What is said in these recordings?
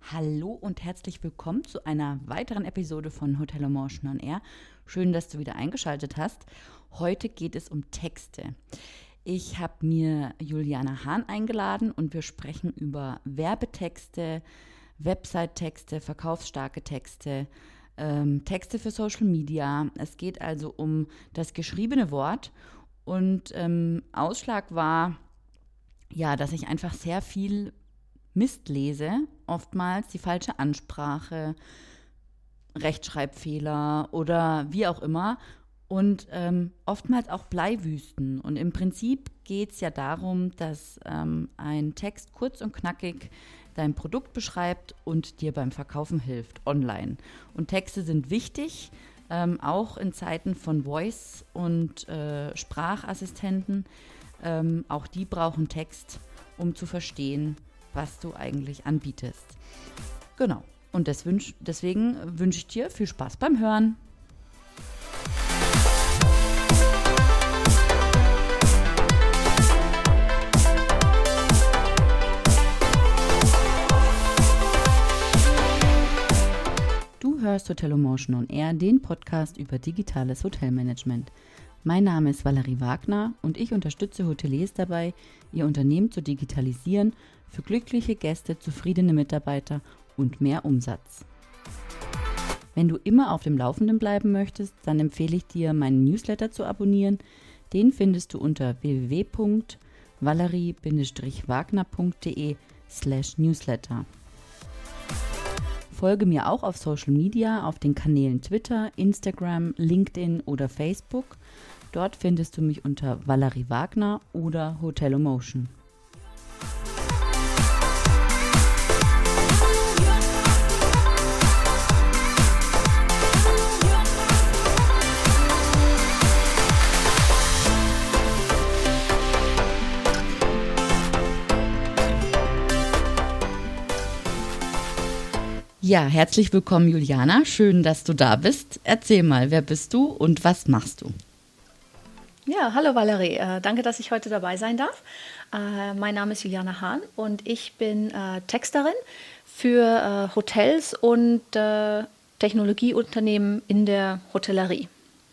Hallo und herzlich willkommen zu einer weiteren Episode von Hotel-Emotion on Air. Schön, dass du wieder eingeschaltet hast. Heute geht es um Texte. Ich habe mir Juliana Hahn eingeladen und wir sprechen über Werbetexte, Website-Texte, verkaufsstarke Texte, Texte für Social Media. Es geht also um das geschriebene Wort und Ausschlag war, ja, dass ich einfach sehr viel Mist lese, oftmals die falsche Ansprache, Rechtschreibfehler oder wie auch immer und oftmals auch Bleiwüsten. Und im Prinzip geht es ja darum, dass ein Text kurz und knackig dein Produkt beschreibt und dir beim Verkaufen hilft, online. Und Texte sind wichtig, auch in Zeiten von Voice- und Sprachassistenten. Auch die brauchen Text, um zu verstehen, was du eigentlich anbietest. Genau. Und deswegen wünsche ich dir viel Spaß beim Hören. Du hörst Hotel-Emotion on Air, den Podcast über digitales Hotelmanagement. Mein Name ist Valerie Wagner und ich unterstütze Hoteliers dabei, ihr Unternehmen zu digitalisieren, für glückliche Gäste, zufriedene Mitarbeiter und mehr Umsatz. Wenn du immer auf dem Laufenden bleiben möchtest, dann empfehle ich dir, meinen Newsletter zu abonnieren. Den findest du unter www.valerie-wagner.de/newsletter. Folge mir auch auf Social Media, auf den Kanälen Twitter, Instagram, LinkedIn oder Facebook. Dort findest du mich unter Valerie Wagner oder Hotel-Emotion. Ja, herzlich willkommen, Juliana. Schön, dass du da bist. Erzähl mal, wer bist du und was machst du? Ja, hallo Valerie. Danke, dass ich heute dabei sein darf. Mein Name ist Juliana Hahn und ich bin Texterin für Hotels und Technologieunternehmen in der Hotellerie.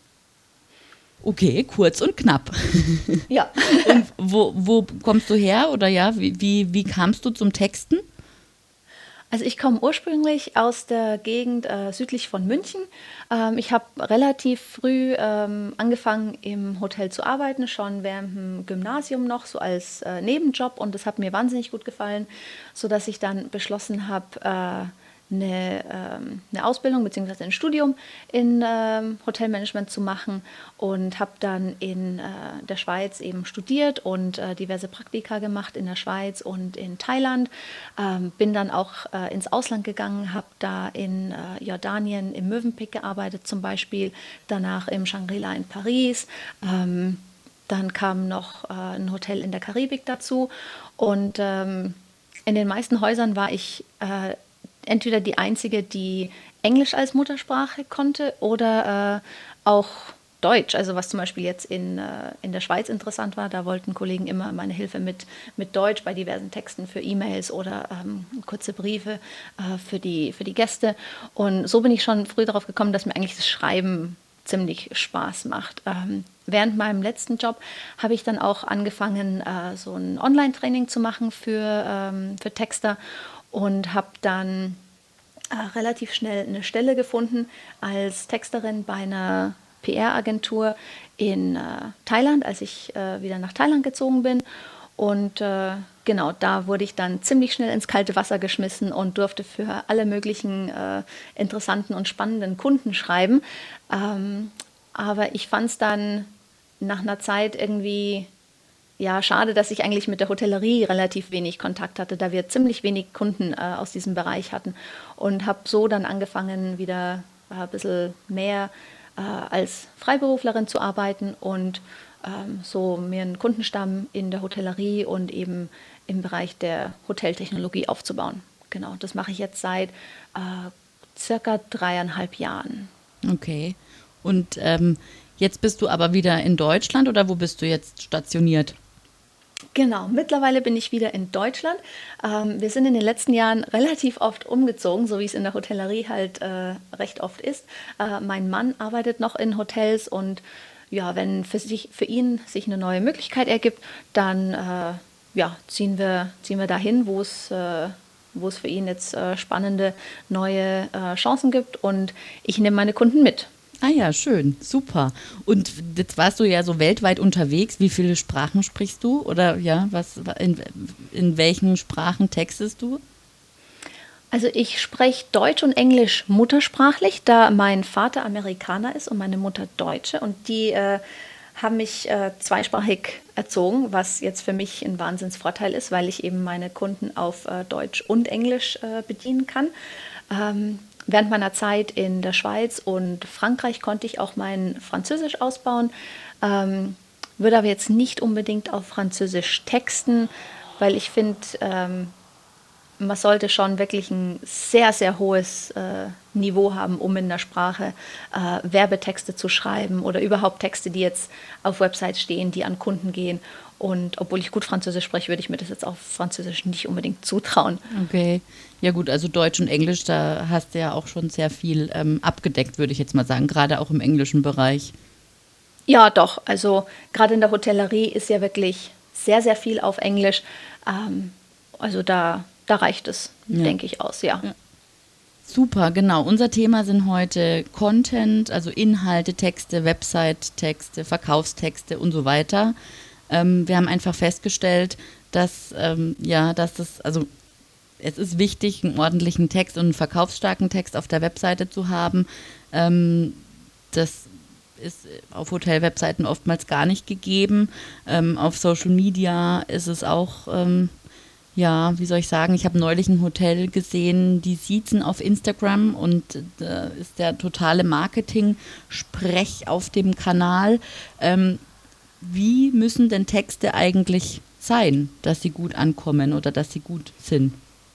Okay, kurz und knapp. Ja. Und wo kommst du her oder ja, wie kamst du zum Texten? Also ich komme ursprünglich aus der Gegend südlich von München. Ich habe relativ früh angefangen im Hotel zu arbeiten, schon während dem Gymnasium noch, so als Nebenjob, und das hat mir wahnsinnig gut gefallen, sodass ich dann beschlossen habe, eine Ausbildung bzw. ein Studium in Hotelmanagement zu machen und habe dann in der Schweiz eben studiert und diverse Praktika gemacht in der Schweiz und in Thailand. Bin dann auch ins Ausland gegangen, habe da in Jordanien im Mövenpick gearbeitet zum Beispiel, danach im Shangri-La in Paris. Dann kam noch ein Hotel in der Karibik dazu und in den meisten Häusern war ich entweder die Einzige, die Englisch als Muttersprache konnte oder auch Deutsch. Also was zum Beispiel jetzt in der Schweiz interessant war, da wollten Kollegen immer meine Hilfe mit Deutsch bei diversen Texten für E-Mails oder kurze Briefe für die Gäste. Und so bin ich schon früh darauf gekommen, dass mir eigentlich das Schreiben ziemlich Spaß macht. Während meinem letzten Job habe ich dann auch angefangen, so ein Online-Training zu machen für Texter. Und habe dann relativ schnell eine Stelle gefunden als Texterin bei einer PR-Agentur in Thailand, als ich wieder nach Thailand gezogen bin. Und genau, da wurde ich dann ziemlich schnell ins kalte Wasser geschmissen und durfte für alle möglichen interessanten und spannenden Kunden schreiben. Aber ich fand es dann nach einer Zeit irgendwie schade, dass ich eigentlich mit der Hotellerie relativ wenig Kontakt hatte, da wir ziemlich wenig Kunden aus diesem Bereich hatten, und habe so dann angefangen, wieder ein bisschen mehr als Freiberuflerin zu arbeiten und so mir einen Kundenstamm in der Hotellerie und eben im Bereich der Hoteltechnologie aufzubauen. Genau, das mache ich jetzt seit circa 3,5 Jahren. Okay, und jetzt bist du aber wieder in Deutschland oder wo bist du jetzt stationiert? Genau, mittlerweile bin ich wieder in Deutschland. Wir sind in den letzten Jahren relativ oft umgezogen, so wie es in der Hotellerie halt recht oft ist. Mein Mann arbeitet noch in Hotels und ja, wenn für ihn sich eine neue Möglichkeit ergibt, dann ja, ziehen wir dahin, wo es für ihn jetzt spannende neue Chancen gibt und ich nehme meine Kunden mit. Ah ja, schön, super. Und jetzt warst du ja so weltweit unterwegs. Wie viele Sprachen sprichst du? Oder ja, in welchen Sprachen textest du? Also ich spreche Deutsch und Englisch muttersprachlich, da mein Vater Amerikaner ist und meine Mutter Deutsche. Und die haben mich zweisprachig erzogen, was jetzt für mich ein Wahnsinnsvorteil ist, weil ich eben meine Kunden auf Deutsch und Englisch bedienen kann. Während meiner Zeit in der Schweiz und Frankreich konnte ich auch mein Französisch ausbauen, würde aber jetzt nicht unbedingt auf Französisch texten, weil ich finde, man sollte schon wirklich ein sehr, sehr hohes Niveau haben, um in der Sprache Werbetexte zu schreiben oder überhaupt Texte, die jetzt auf Websites stehen, die an Kunden gehen. Und obwohl ich gut Französisch spreche, würde ich mir das jetzt auf Französisch nicht unbedingt zutrauen. Okay, ja gut, also Deutsch und Englisch, da hast du ja auch schon sehr viel abgedeckt, würde ich jetzt mal sagen, gerade auch im englischen Bereich. Ja, doch. Also gerade in der Hotellerie ist ja wirklich sehr, sehr viel auf Englisch. Also da reicht es, Ja. denke ich, aus, ja. Ja. Super, genau. Unser Thema sind heute Content, also Inhalte, Texte, Website-Texte, Verkaufstexte und so weiter. Wir haben einfach festgestellt, dass, also es ist wichtig, einen ordentlichen Text und einen verkaufsstarken Text auf der Webseite zu haben. Das ist auf Hotel-Webseiten oftmals gar nicht gegeben. Auf Social Media ist es auch, ja, wie soll ich sagen, ich habe neulich ein Hotel gesehen, die siezen auf Instagram und da ist der totale Marketing-Sprech auf dem Kanal. Wie müssen denn Texte eigentlich sein, dass sie gut ankommen oder dass sie gut sind?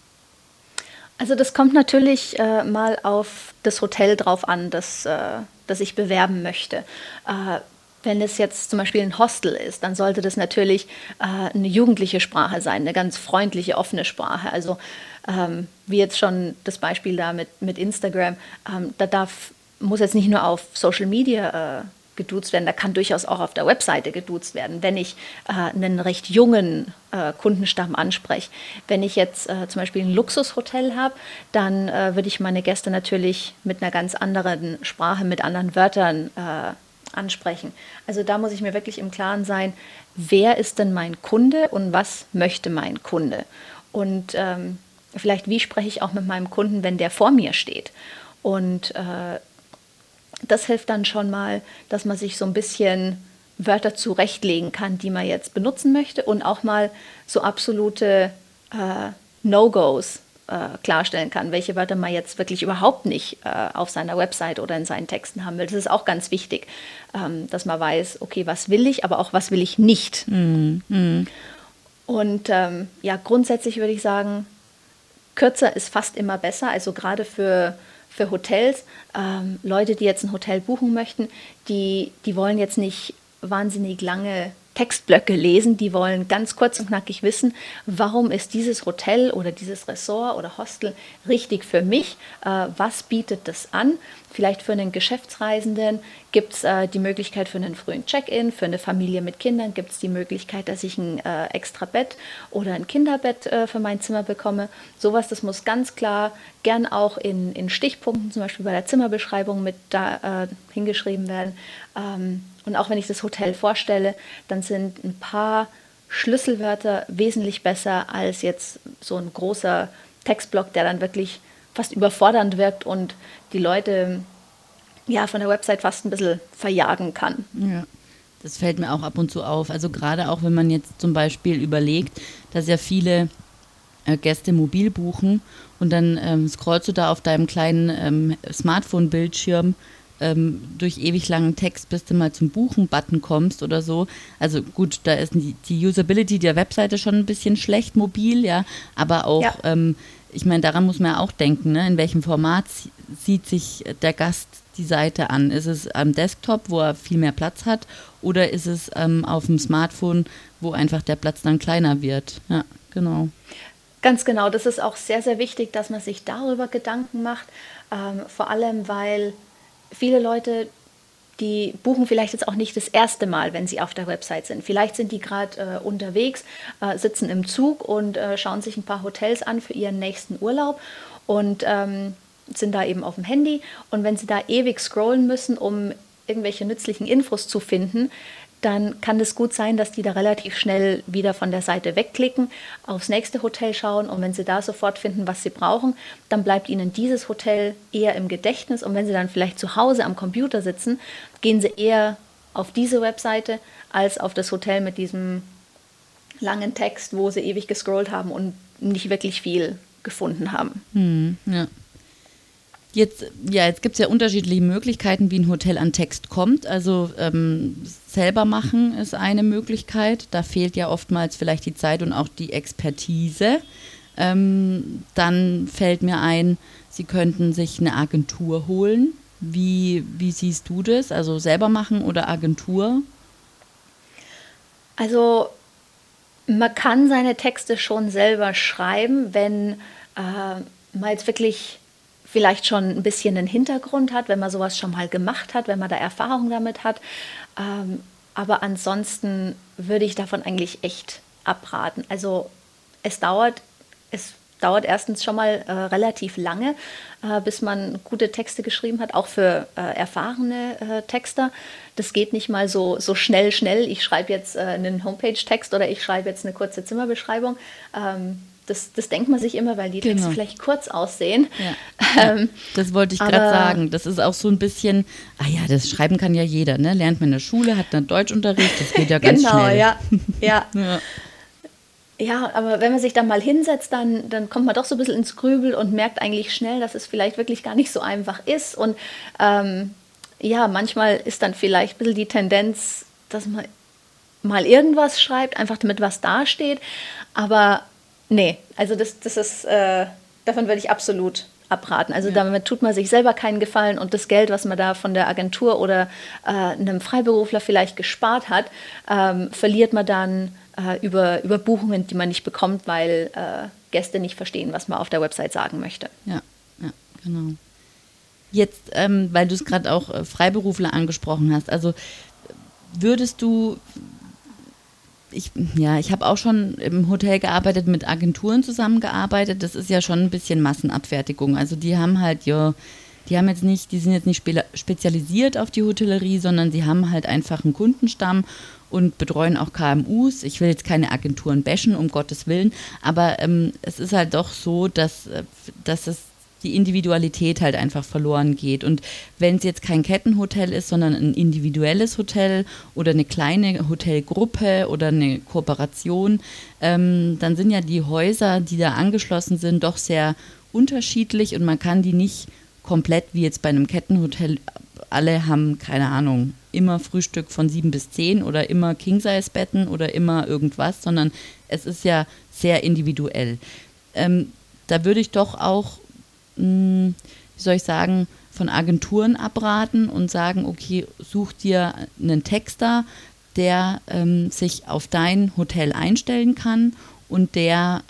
Also das kommt natürlich mal auf das Hotel drauf an, das ich bewerben möchte. Wenn es jetzt zum Beispiel ein Hostel ist, dann sollte das natürlich eine jugendliche Sprache sein, eine ganz freundliche, offene Sprache. Also wie jetzt schon das Beispiel da mit Instagram, muss jetzt nicht nur auf Social Media geduzt werden, da kann durchaus auch auf der Webseite geduzt werden, wenn ich einen recht jungen Kundenstamm anspreche. Wenn ich jetzt zum Beispiel ein Luxushotel habe, dann würde ich meine Gäste natürlich mit einer ganz anderen Sprache, mit anderen Wörtern ansprechen. Also da muss ich mir wirklich im Klaren sein, wer ist denn mein Kunde und was möchte mein Kunde? Und vielleicht, wie spreche ich auch mit meinem Kunden, wenn der vor mir steht? Und das hilft dann schon mal, dass man sich so ein bisschen Wörter zurechtlegen kann, die man jetzt benutzen möchte und auch mal so absolute No-Gos klarstellen kann, welche Wörter man jetzt wirklich überhaupt nicht auf seiner Website oder in seinen Texten haben will. Das ist auch ganz wichtig, dass man weiß, okay, was will ich, aber auch was will ich nicht. Und ja, grundsätzlich würde ich sagen, kürzer ist fast immer besser, also gerade für Hotels, Leute, die jetzt ein Hotel buchen möchten, die wollen jetzt nicht wahnsinnig lange Textblöcke lesen, die wollen ganz kurz und knackig wissen, warum ist dieses Hotel oder dieses Ressort oder Hostel richtig für mich, was bietet das an? Vielleicht für einen Geschäftsreisenden gibt es die Möglichkeit für einen frühen Check-in, für eine Familie mit Kindern gibt es die Möglichkeit, dass ich ein extra Bett oder ein Kinderbett für mein Zimmer bekomme. Sowas, das muss ganz klar gern auch in Stichpunkten, zum Beispiel bei der Zimmerbeschreibung mit da hingeschrieben werden. Und auch wenn ich das Hotel vorstelle, dann sind ein paar Schlüsselwörter wesentlich besser als jetzt so ein großer Textblock, der dann wirklich fast überfordernd wirkt und die Leute ja von der Website fast ein bisschen verjagen kann. Ja, das fällt mir auch ab und zu auf. Also gerade auch, wenn man jetzt zum Beispiel überlegt, dass ja viele Gäste mobil buchen und dann scrollst du da auf deinem kleinen Smartphone-Bildschirm durch ewig langen Text, bis du mal zum Buchen-Button kommst oder so. Also gut, da ist die Usability der Webseite schon ein bisschen schlecht, mobil, ja, aber auch, ich meine, daran muss man ja auch denken, ne? In welchem Format sieht sich der Gast die Seite an? Ist es am Desktop, wo er viel mehr Platz hat, oder ist es auf dem Smartphone, wo einfach der Platz dann kleiner wird? Ja, genau. Ganz genau, das ist auch sehr, sehr wichtig, dass man sich darüber Gedanken macht, vor allem weil viele Leute, die buchen vielleicht jetzt auch nicht das erste Mal, wenn sie auf der Website sind. Vielleicht sind die gerade unterwegs, sitzen im Zug und schauen sich ein paar Hotels an für ihren nächsten Urlaub und sind da eben auf dem Handy. Und wenn sie da ewig scrollen müssen, um irgendwelche nützlichen Infos zu finden, dann kann es gut sein, dass die da relativ schnell wieder von der Seite wegklicken, aufs nächste Hotel schauen, und wenn sie da sofort finden, was sie brauchen, dann bleibt ihnen dieses Hotel eher im Gedächtnis, und wenn sie dann vielleicht zu Hause am Computer sitzen, gehen sie eher auf diese Webseite als auf das Hotel mit diesem langen Text, wo sie ewig gescrollt haben und nicht wirklich viel gefunden haben. Ja. Jetzt gibt es ja unterschiedliche Möglichkeiten, wie ein Hotel an Text kommt. Also selber machen ist eine Möglichkeit. Da fehlt ja oftmals vielleicht die Zeit und auch die Expertise. Dann fällt mir ein, Sie könnten sich eine Agentur holen. Wie siehst du das? Also selber machen oder Agentur? Also man kann seine Texte schon selber schreiben, wenn man jetzt wirklich vielleicht schon ein bisschen einen Hintergrund hat, wenn man sowas schon mal gemacht hat, wenn man da Erfahrung damit hat. Aber ansonsten würde ich davon eigentlich echt abraten. Also es dauert erstens schon mal relativ lange, bis man gute Texte geschrieben hat, auch für erfahrene Texter. Das geht nicht mal so schnell. Ich schreibe jetzt einen Homepage-Text oder ich schreibe jetzt eine kurze Zimmerbeschreibung. Das denkt man sich immer, weil die Texte vielleicht kurz aussehen. Ja. Das wollte ich gerade sagen. Das ist auch so ein bisschen, das Schreiben kann ja jeder, ne? Lernt man in der Schule, hat einen Deutschunterricht, das geht ja ganz schnell. Ja. Ja, aber wenn man sich dann mal hinsetzt, dann kommt man doch so ein bisschen ins Grübel und merkt eigentlich schnell, dass es vielleicht wirklich gar nicht so einfach ist. Und manchmal ist dann vielleicht ein bisschen die Tendenz, dass man mal irgendwas schreibt, einfach damit was dasteht. Aber nee, also das ist, davon würde ich absolut abraten. Also damit tut man sich selber keinen Gefallen, und das Geld, was man da von der Agentur oder einem Freiberufler vielleicht gespart hat, verliert man dann über Buchungen, die man nicht bekommt, weil Gäste nicht verstehen, was man auf der Website sagen möchte. Ja, genau. Jetzt, weil du es gerade auch Freiberufler angesprochen hast, also würdest du... Ich habe auch schon im Hotel gearbeitet, mit Agenturen zusammengearbeitet. Das ist ja schon ein bisschen Massenabfertigung. Also die sind jetzt nicht spezialisiert auf die Hotellerie, sondern sie haben halt einfach einen Kundenstamm und betreuen auch KMUs. Ich will jetzt keine Agenturen bashen, um Gottes Willen, aber es ist halt doch so, dass es die Individualität halt einfach verloren geht. Und wenn es jetzt kein Kettenhotel ist, sondern ein individuelles Hotel oder eine kleine Hotelgruppe oder eine Kooperation, dann sind ja die Häuser, die da angeschlossen sind, doch sehr unterschiedlich, und man kann die nicht komplett wie jetzt bei einem Kettenhotel, alle haben, keine Ahnung, immer Frühstück von 7 bis 10 oder immer King-Size-Betten oder immer irgendwas, sondern es ist ja sehr individuell. Da würde ich doch auch wie soll ich sagen, von Agenturen abraten und sagen, okay, such dir einen Texter, der sich auf dein Hotel einstellen kann und der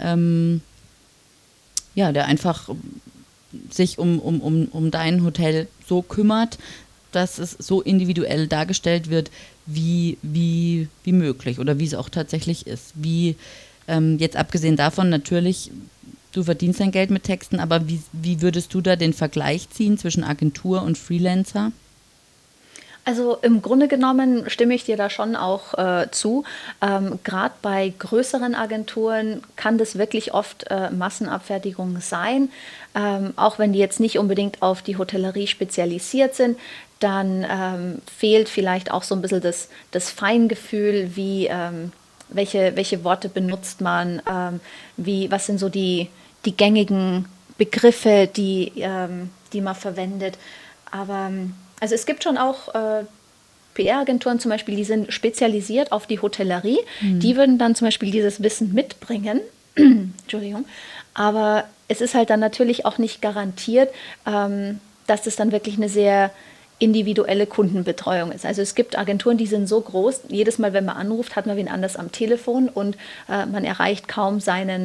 einfach sich um dein Hotel so kümmert, dass es so individuell dargestellt wird, wie möglich oder wie es auch tatsächlich ist. Jetzt abgesehen davon natürlich, du verdienst dein Geld mit Texten, aber wie würdest du da den Vergleich ziehen zwischen Agentur und Freelancer? Also im Grunde genommen stimme ich dir da schon auch zu. Gerade bei größeren Agenturen kann das wirklich oft Massenabfertigung sein. Auch wenn die jetzt nicht unbedingt auf die Hotellerie spezialisiert sind, dann fehlt vielleicht auch so ein bisschen das Feingefühl, welche Worte benutzt man, was sind so die gängigen Begriffe, die man verwendet. Aber also es gibt schon auch PR-Agenturen zum Beispiel, die sind spezialisiert auf die Hotellerie. Die würden dann zum Beispiel dieses Wissen mitbringen. Entschuldigung. Aber es ist halt dann natürlich auch nicht garantiert, dass das dann wirklich eine sehr individuelle Kundenbetreuung ist. Also es gibt Agenturen, die sind so groß, jedes Mal, wenn man anruft, hat man wen anders am Telefon und man erreicht kaum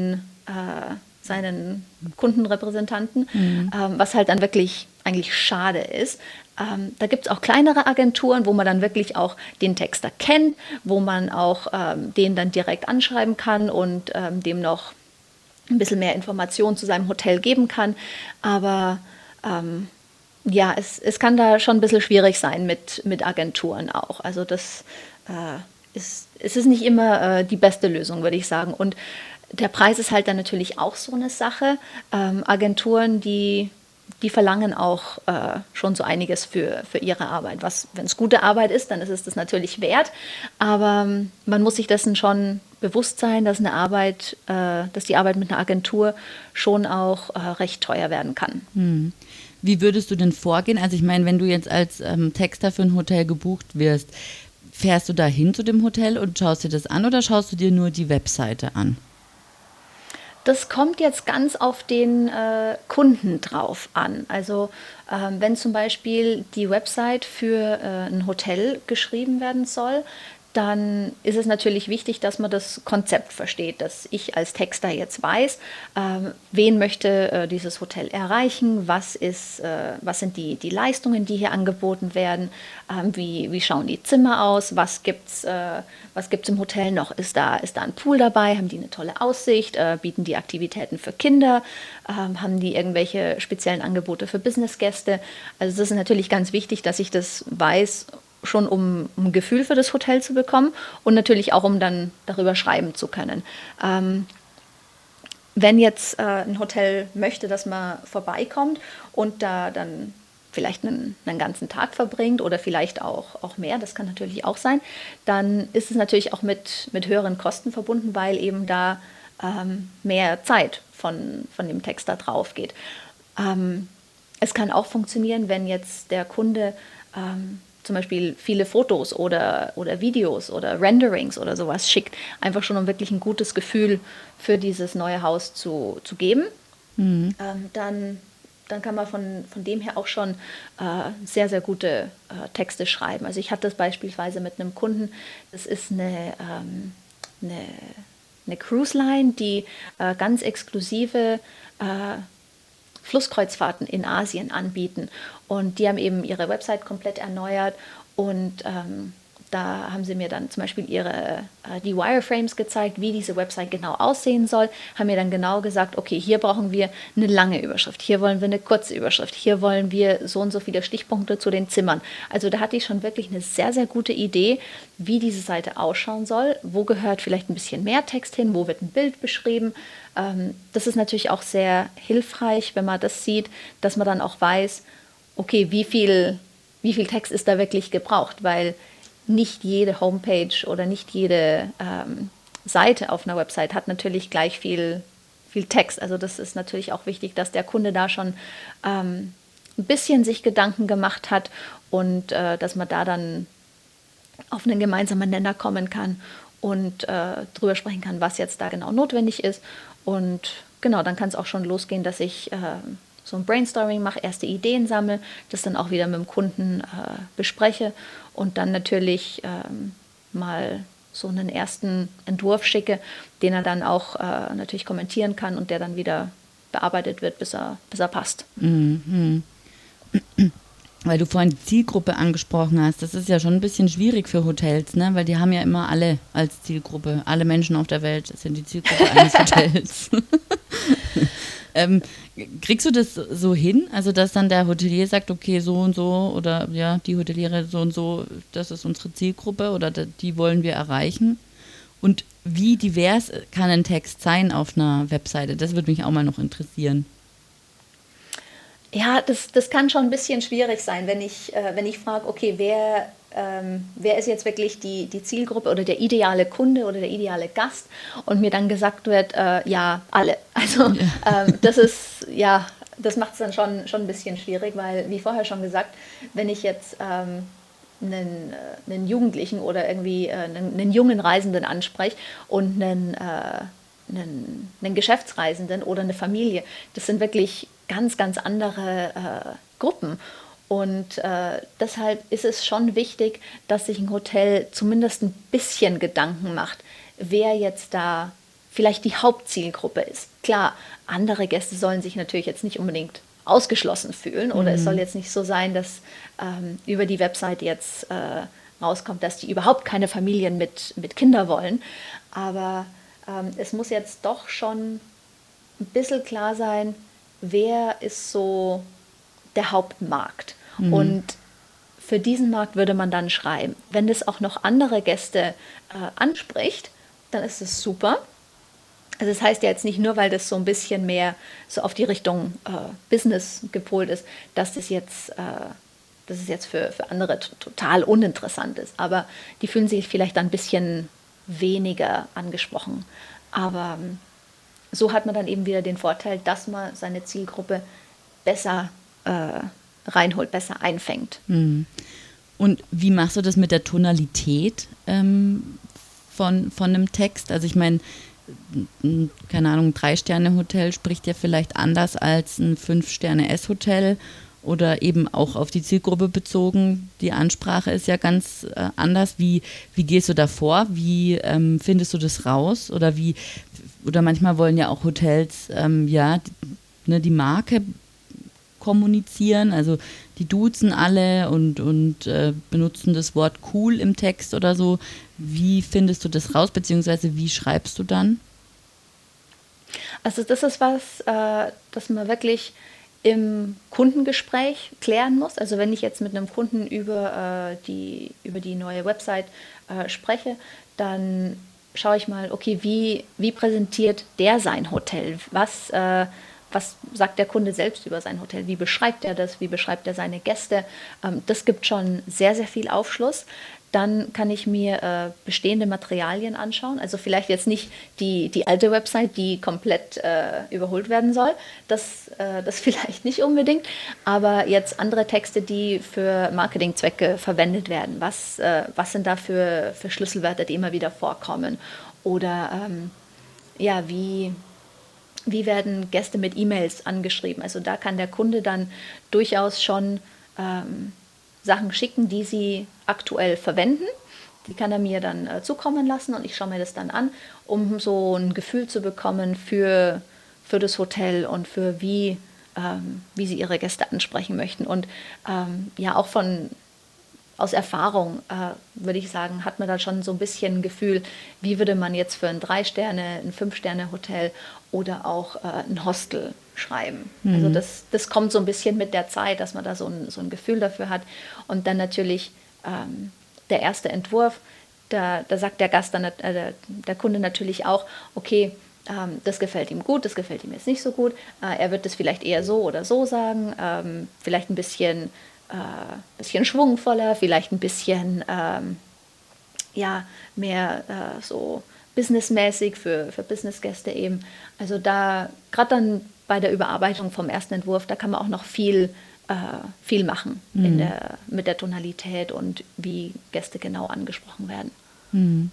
seinen Kundenrepräsentanten, was halt dann wirklich eigentlich schade ist. Da gibt es auch kleinere Agenturen, wo man dann wirklich auch den Texter kennt, wo man auch den dann direkt anschreiben kann und dem noch ein bisschen mehr Informationen zu seinem Hotel geben kann. Aber ja, es kann da schon ein bisschen schwierig sein mit Agenturen auch. Also es ist nicht immer die beste Lösung, würde ich sagen. Und der Preis ist halt dann natürlich auch so eine Sache. Agenturen, die verlangen auch schon so einiges für ihre Arbeit. Wenn es gute Arbeit ist, dann ist es das natürlich wert. Aber man muss sich dessen schon bewusst sein, dass dass die Arbeit mit einer Agentur schon auch recht teuer werden kann. Wie würdest du denn vorgehen? Also ich meine, wenn du jetzt als Texter für ein Hotel gebucht wirst, fährst du da hin zu dem Hotel und schaust dir das an oder schaust du dir nur die Webseite an? Das kommt jetzt ganz auf den Kunden drauf an. Also wenn zum Beispiel die Website für ein Hotel geschrieben werden soll, dann ist es natürlich wichtig, dass man das Konzept versteht, dass ich als Texter jetzt weiß, wen möchte dieses Hotel erreichen, was sind die Leistungen, die hier angeboten werden, wie schauen die Zimmer aus, was gibt's im Hotel noch, ist da ein Pool dabei, haben die eine tolle Aussicht, bieten die Aktivitäten für Kinder, haben die irgendwelche speziellen Angebote für Businessgäste. Also das ist natürlich ganz wichtig, dass ich das weiß, schon um ein Gefühl für das Hotel zu bekommen und natürlich auch, um dann darüber schreiben zu können. Wenn jetzt ein Hotel möchte, dass man vorbeikommt und da dann vielleicht einen ganzen Tag verbringt oder vielleicht auch mehr, das kann natürlich auch sein, dann ist es natürlich auch mit höheren Kosten verbunden, weil eben da mehr Zeit von dem Text da drauf geht. Es kann auch funktionieren, wenn jetzt der Kunde zum Beispiel viele Fotos oder Videos oder Renderings oder sowas schickt, einfach schon um wirklich ein gutes Gefühl für dieses neue Haus zu geben. Dann kann man von dem her auch schon sehr, sehr gute Texte schreiben. Also ich hatte das beispielsweise mit einem Kunden, das ist eine Cruise Line, die ganz exklusive Flusskreuzfahrten in Asien anbieten. Und die haben eben ihre Website komplett erneuert und da haben sie mir dann zum Beispiel die Wireframes gezeigt, wie diese Website genau aussehen soll, haben mir dann genau gesagt, okay, hier brauchen wir eine lange Überschrift, hier wollen wir eine kurze Überschrift, hier wollen wir so und so viele Stichpunkte zu den Zimmern. Also da hatte ich schon wirklich eine sehr, sehr gute Idee, wie diese Seite ausschauen soll, wo gehört vielleicht ein bisschen mehr Text hin, wo wird ein Bild beschrieben. Das ist natürlich auch sehr hilfreich, wenn man das sieht, dass man dann auch weiß, okay, wie viel Text ist da wirklich gebraucht, weil nicht jede Homepage oder nicht jede Seite auf einer Website hat natürlich gleich viel Text. Also das ist natürlich auch wichtig, dass der Kunde da schon ein bisschen sich Gedanken gemacht hat und dass man da dann auf einen gemeinsamen Nenner kommen kann und drüber sprechen kann, was jetzt da genau notwendig ist. Und genau, dann kann es auch schon losgehen, dass ich so ein Brainstorming mache, erste Ideen sammle, das dann auch wieder mit dem Kunden bespreche und dann natürlich mal so einen ersten Entwurf schicke, den er dann auch natürlich kommentieren kann und der dann wieder bearbeitet wird, bis er passt. Mhm. Weil du vorhin die Zielgruppe angesprochen hast, das ist ja schon ein bisschen schwierig für Hotels, ne? Weil die haben ja immer alle als Zielgruppe, alle Menschen auf der Welt sind die Zielgruppe eines Hotels. Kriegst du das so hin, also dass dann der Hotelier sagt, okay, so und so oder ja, die Hoteliere so und so, das ist unsere Zielgruppe oder die wollen wir erreichen? Und wie divers kann ein Text sein auf einer Webseite? Das würde mich auch mal noch interessieren. Ja, das kann schon ein bisschen schwierig sein, wenn ich frage, okay, wer ist jetzt wirklich die Zielgruppe oder der ideale Kunde oder der ideale Gast und mir dann gesagt wird, ja, alle. Also das macht es dann schon ein bisschen schwierig, weil, wie vorher schon gesagt, wenn ich jetzt einen Jugendlichen oder irgendwie einen jungen Reisenden anspreche und einen Geschäftsreisenden oder eine Familie, das sind wirklich ganz, ganz andere Gruppen. Und deshalb ist es schon wichtig, dass sich ein Hotel zumindest ein bisschen Gedanken macht, wer jetzt da vielleicht die Hauptzielgruppe ist. Klar, andere Gäste sollen sich natürlich jetzt nicht unbedingt ausgeschlossen fühlen oder es soll jetzt nicht so sein, dass über die Website jetzt rauskommt, dass die überhaupt keine Familien mit Kindern wollen. Aber es muss jetzt doch schon ein bisschen klar sein, wer ist so der Hauptmarkt. Und für diesen Markt würde man dann schreiben. Wenn das auch noch andere Gäste anspricht, dann ist es super. Also das heißt ja jetzt nicht nur, weil das so ein bisschen mehr so auf die Richtung Business gepolt ist, dass es jetzt für andere total uninteressant ist. Aber die fühlen sich vielleicht dann ein bisschen weniger angesprochen. Aber so hat man dann eben wieder den Vorteil, dass man seine Zielgruppe besser reinholt, besser einfängt. Und wie machst du das mit der Tonalität von einem Text? Also ich meine, keine Ahnung, ein 3-Sterne-Hotel spricht ja vielleicht anders als ein 5-Sterne-S-Hotel oder eben auch auf die Zielgruppe bezogen. Die Ansprache ist ja ganz anders. Wie gehst du da vor? Wie findest du das raus? Oder manchmal wollen ja auch Hotels die Marke kommunizieren, also die duzen alle und benutzen das Wort cool im Text oder so. Wie findest du das raus, beziehungsweise wie schreibst du dann? Also das ist was, das man wirklich im Kundengespräch klären muss. Also wenn ich jetzt mit einem Kunden über die neue Website spreche, dann schaue ich mal, okay, wie präsentiert der sein Hotel? Was sagt der Kunde selbst über sein Hotel? Wie beschreibt er das? Wie beschreibt er seine Gäste? Das gibt schon sehr, sehr viel Aufschluss. Dann kann ich mir bestehende Materialien anschauen. Also vielleicht jetzt nicht die alte Website, die komplett überholt werden soll. Das vielleicht nicht unbedingt. Aber jetzt andere Texte, die für Marketingzwecke verwendet werden. Was sind da für Schlüsselwörter, die immer wieder vorkommen? Oder wie werden Gäste mit E-Mails angeschrieben? Also da kann der Kunde dann durchaus schon Sachen schicken, die sie aktuell verwenden. Die kann er mir dann zukommen lassen und ich schaue mir das dann an, um so ein Gefühl zu bekommen für das Hotel und für wie sie ihre Gäste ansprechen möchten. Und auch aus Erfahrung, würde ich sagen, hat man da schon so ein bisschen ein Gefühl, wie würde man jetzt für ein 3-Sterne-, ein 5-Sterne-Hotel oder auch ein Hostel schreiben. Also das kommt so ein bisschen mit der Zeit, dass man da so ein Gefühl dafür hat. Und dann natürlich der erste Entwurf, da sagt der Gast dann, der Kunde natürlich auch, okay, das gefällt ihm gut, das gefällt ihm jetzt nicht so gut. Er wird das vielleicht eher so oder so sagen, vielleicht ein bisschen schwungvoller, vielleicht ein bisschen mehr so businessmäßig für Businessgäste eben. Also da, gerade dann bei der Überarbeitung vom ersten Entwurf, da kann man auch noch viel machen mit der Tonalität und wie Gäste genau angesprochen werden.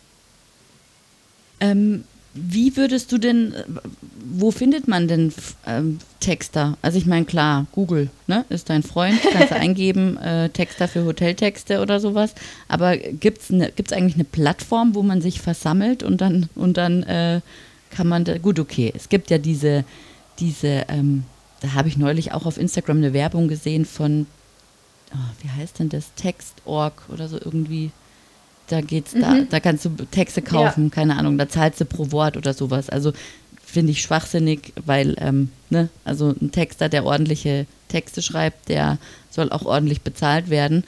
Wie würdest du denn, wo findet man denn Texter? Also ich meine, klar, Google, ne, ist dein Freund, kannst du eingeben, Texter für Hoteltexte oder sowas. Aber gibt's eigentlich eine Plattform, wo man sich versammelt und dann kann man, gut, okay, es gibt ja diese da habe ich neulich auch auf Instagram eine Werbung gesehen von, wie heißt denn das, Text.org oder so irgendwie. Da kannst du Texte kaufen, keine Ahnung, da zahlst du pro Wort oder sowas. Also finde ich schwachsinnig, weil, also ein Texter, der ordentliche Texte schreibt, der soll auch ordentlich bezahlt werden.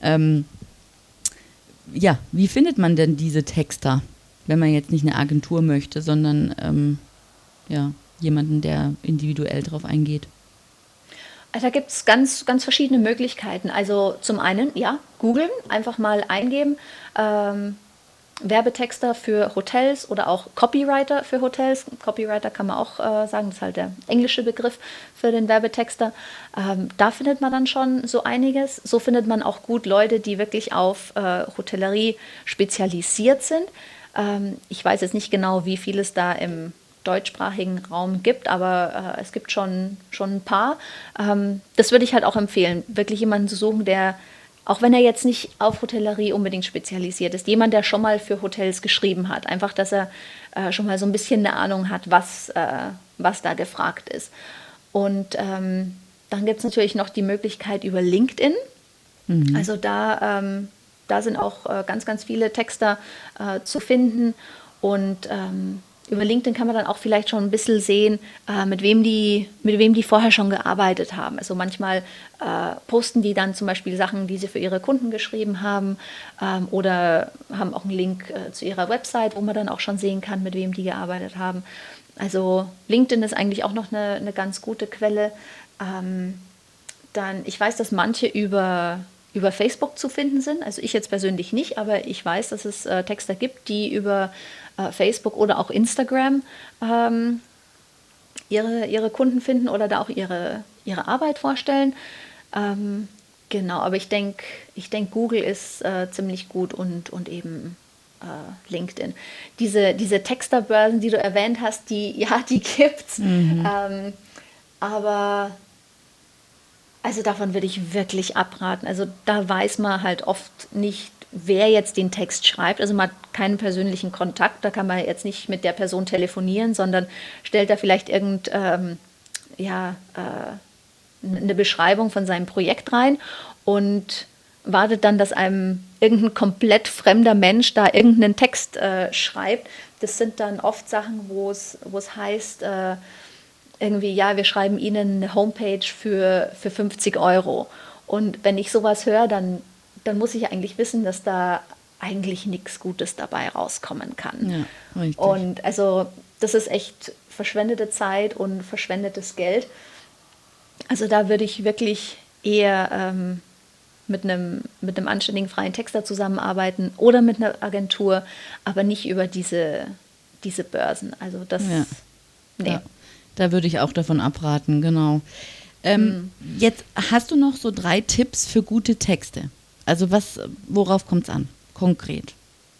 Wie findet man denn diese Texter, wenn man jetzt nicht eine Agentur möchte, sondern jemanden, der individuell drauf eingeht? Da gibt es ganz, ganz verschiedene Möglichkeiten. Also zum einen, googeln, einfach mal eingeben, Werbetexter für Hotels oder auch Copywriter für Hotels. Copywriter kann man auch sagen, das ist halt der englische Begriff für den Werbetexter. Da findet man dann schon so einiges. So findet man auch gut Leute, die wirklich auf Hotellerie spezialisiert sind. Ich weiß jetzt nicht genau, wie viel es da im deutschsprachigen Raum gibt, aber es gibt schon ein paar. Das würde ich halt auch empfehlen, wirklich jemanden zu suchen, der, auch wenn er jetzt nicht auf Hotellerie unbedingt spezialisiert ist, jemand, der schon mal für Hotels geschrieben hat. Einfach, dass er schon mal so ein bisschen eine Ahnung hat, was da gefragt ist. Und dann gibt es natürlich noch die Möglichkeit über LinkedIn. Also da sind auch ganz, ganz viele Texter zu finden. Und über LinkedIn kann man dann auch vielleicht schon ein bisschen sehen, mit wem die vorher schon gearbeitet haben. Also manchmal posten die dann zum Beispiel Sachen, die sie für ihre Kunden geschrieben haben, oder haben auch einen Link zu ihrer Website, wo man dann auch schon sehen kann, mit wem die gearbeitet haben. Also LinkedIn ist eigentlich auch noch eine ganz gute Quelle. Dann, ich weiß, dass manche über Facebook zu finden sind. Also ich jetzt persönlich nicht, aber ich weiß, dass es Texter gibt, die über Facebook oder auch Instagram ihre Kunden finden oder da auch ihre Arbeit vorstellen. Genau, aber ich denk, Google ist ziemlich gut und eben LinkedIn. Diese Texterbörsen, die du erwähnt hast, die gibt's. Aber also davon würde ich wirklich abraten. Also da weiß man halt oft nicht, wer jetzt den Text schreibt. Also man hat keinen persönlichen Kontakt, da kann man jetzt nicht mit der Person telefonieren, sondern stellt da vielleicht eine Beschreibung von seinem Projekt rein und wartet dann, dass einem irgendein komplett fremder Mensch da irgendeinen Text schreibt. Das sind dann oft Sachen, wo es heißt, irgendwie, ja, wir schreiben Ihnen eine Homepage für 50 Euro. Und wenn ich sowas höre, dann muss ich eigentlich wissen, dass da eigentlich nichts Gutes dabei rauskommen kann. Ja, richtig. Und also das ist echt verschwendete Zeit und verschwendetes Geld. Also da würde ich wirklich eher mit einem anständigen freien Texter zusammenarbeiten oder mit einer Agentur, aber nicht über diese Börsen. Also das, nee. Ja. Da würde ich auch davon abraten, genau. Jetzt hast du noch so 3 Tipps für gute Texte. Also worauf kommt es an, konkret?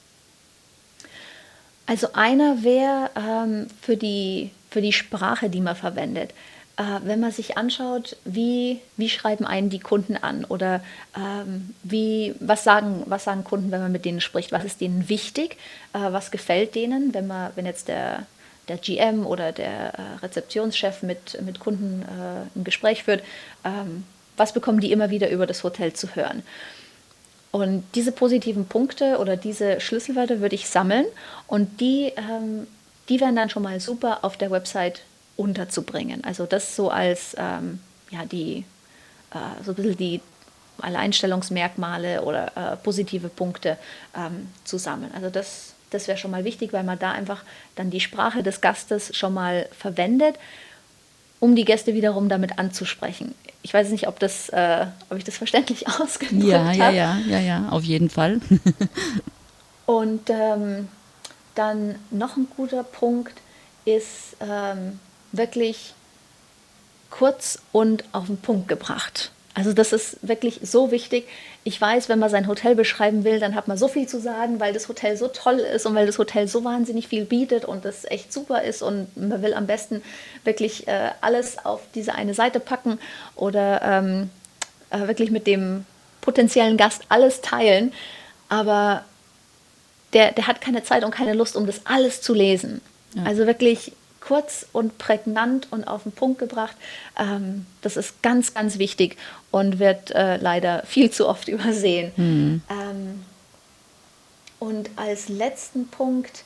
Also einer wäre für die Sprache, die man verwendet. Wenn man sich anschaut, wie schreiben einen die Kunden an oder was sagen Kunden, wenn man mit denen spricht, was ist denen wichtig, was gefällt denen, wenn jetzt der GM oder der Rezeptionschef mit Kunden ein Gespräch führt, was bekommen die immer wieder über das Hotel zu hören. Und diese positiven Punkte oder diese Schlüsselwörter würde ich sammeln und die wären dann schon mal super auf der Website unterzubringen. Also das so als so ein bisschen die Alleinstellungsmerkmale oder positive Punkte zu sammeln. Also das wäre schon mal wichtig, weil man da einfach dann die Sprache des Gastes schon mal verwendet, um die Gäste wiederum damit anzusprechen. Ich weiß nicht, ob ich das verständlich ausgedrückt habe. Ja, auf jeden Fall. Und dann noch ein guter Punkt ist wirklich kurz und auf den Punkt gebracht. Also das ist wirklich so wichtig. Ich weiß, wenn man sein Hotel beschreiben will, dann hat man so viel zu sagen, weil das Hotel so toll ist und weil das Hotel so wahnsinnig viel bietet und das echt super ist und man will am besten wirklich alles auf diese eine Seite packen oder wirklich mit dem potenziellen Gast alles teilen. Aber der hat keine Zeit und keine Lust, um das alles zu lesen. Ja. Also wirklich kurz und prägnant und auf den Punkt gebracht. Das ist ganz, ganz wichtig und wird leider viel zu oft übersehen. Und als letzten Punkt,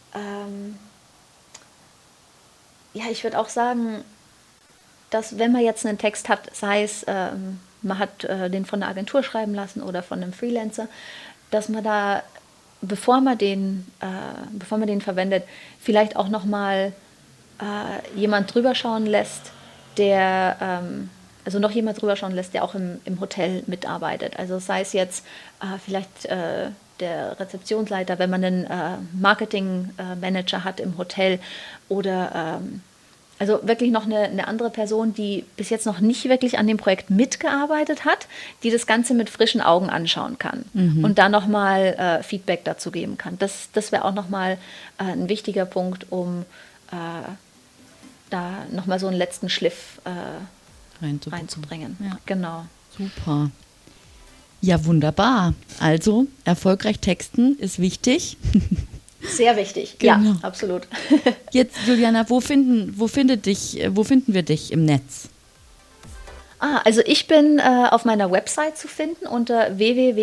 ich würde auch sagen, dass wenn man jetzt einen Text hat, sei es, man hat den von einer Agentur schreiben lassen oder von einem Freelancer, dass man da, bevor man den verwendet, vielleicht auch nochmal jemand drüber schauen lässt, der auch im Hotel mitarbeitet. Also sei es jetzt vielleicht der Rezeptionsleiter, wenn man einen Marketingmanager hat im Hotel oder also wirklich noch eine andere Person, die bis jetzt noch nicht wirklich an dem Projekt mitgearbeitet hat, die das Ganze mit frischen Augen anschauen kann und da nochmal Feedback dazu geben kann. Das wäre auch nochmal ein wichtiger Punkt, um da nochmal so einen letzten Schliff reinzubringen. Ja. Genau. Super. Ja, wunderbar. Also, erfolgreich texten ist wichtig. Sehr wichtig, Genau. ja, absolut. Jetzt, Juliana, wo finden wir dich im Netz? Also ich bin auf meiner Website zu finden unter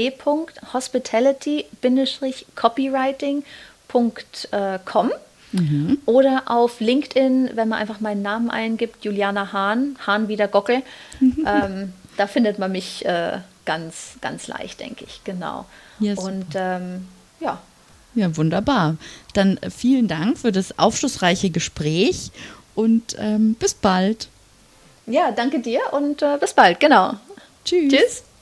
www.hospitality-copywriting.com oder auf LinkedIn, wenn man einfach meinen Namen eingibt, Juliana Hahn, Hahn wie der Gockel. Da findet man mich ganz, ganz leicht, denke ich, genau. Yes. Und ja. Ja, wunderbar. Dann vielen Dank für das aufschlussreiche Gespräch und bis bald. Ja, danke dir und bis bald, genau. Tschüss. Tschüss.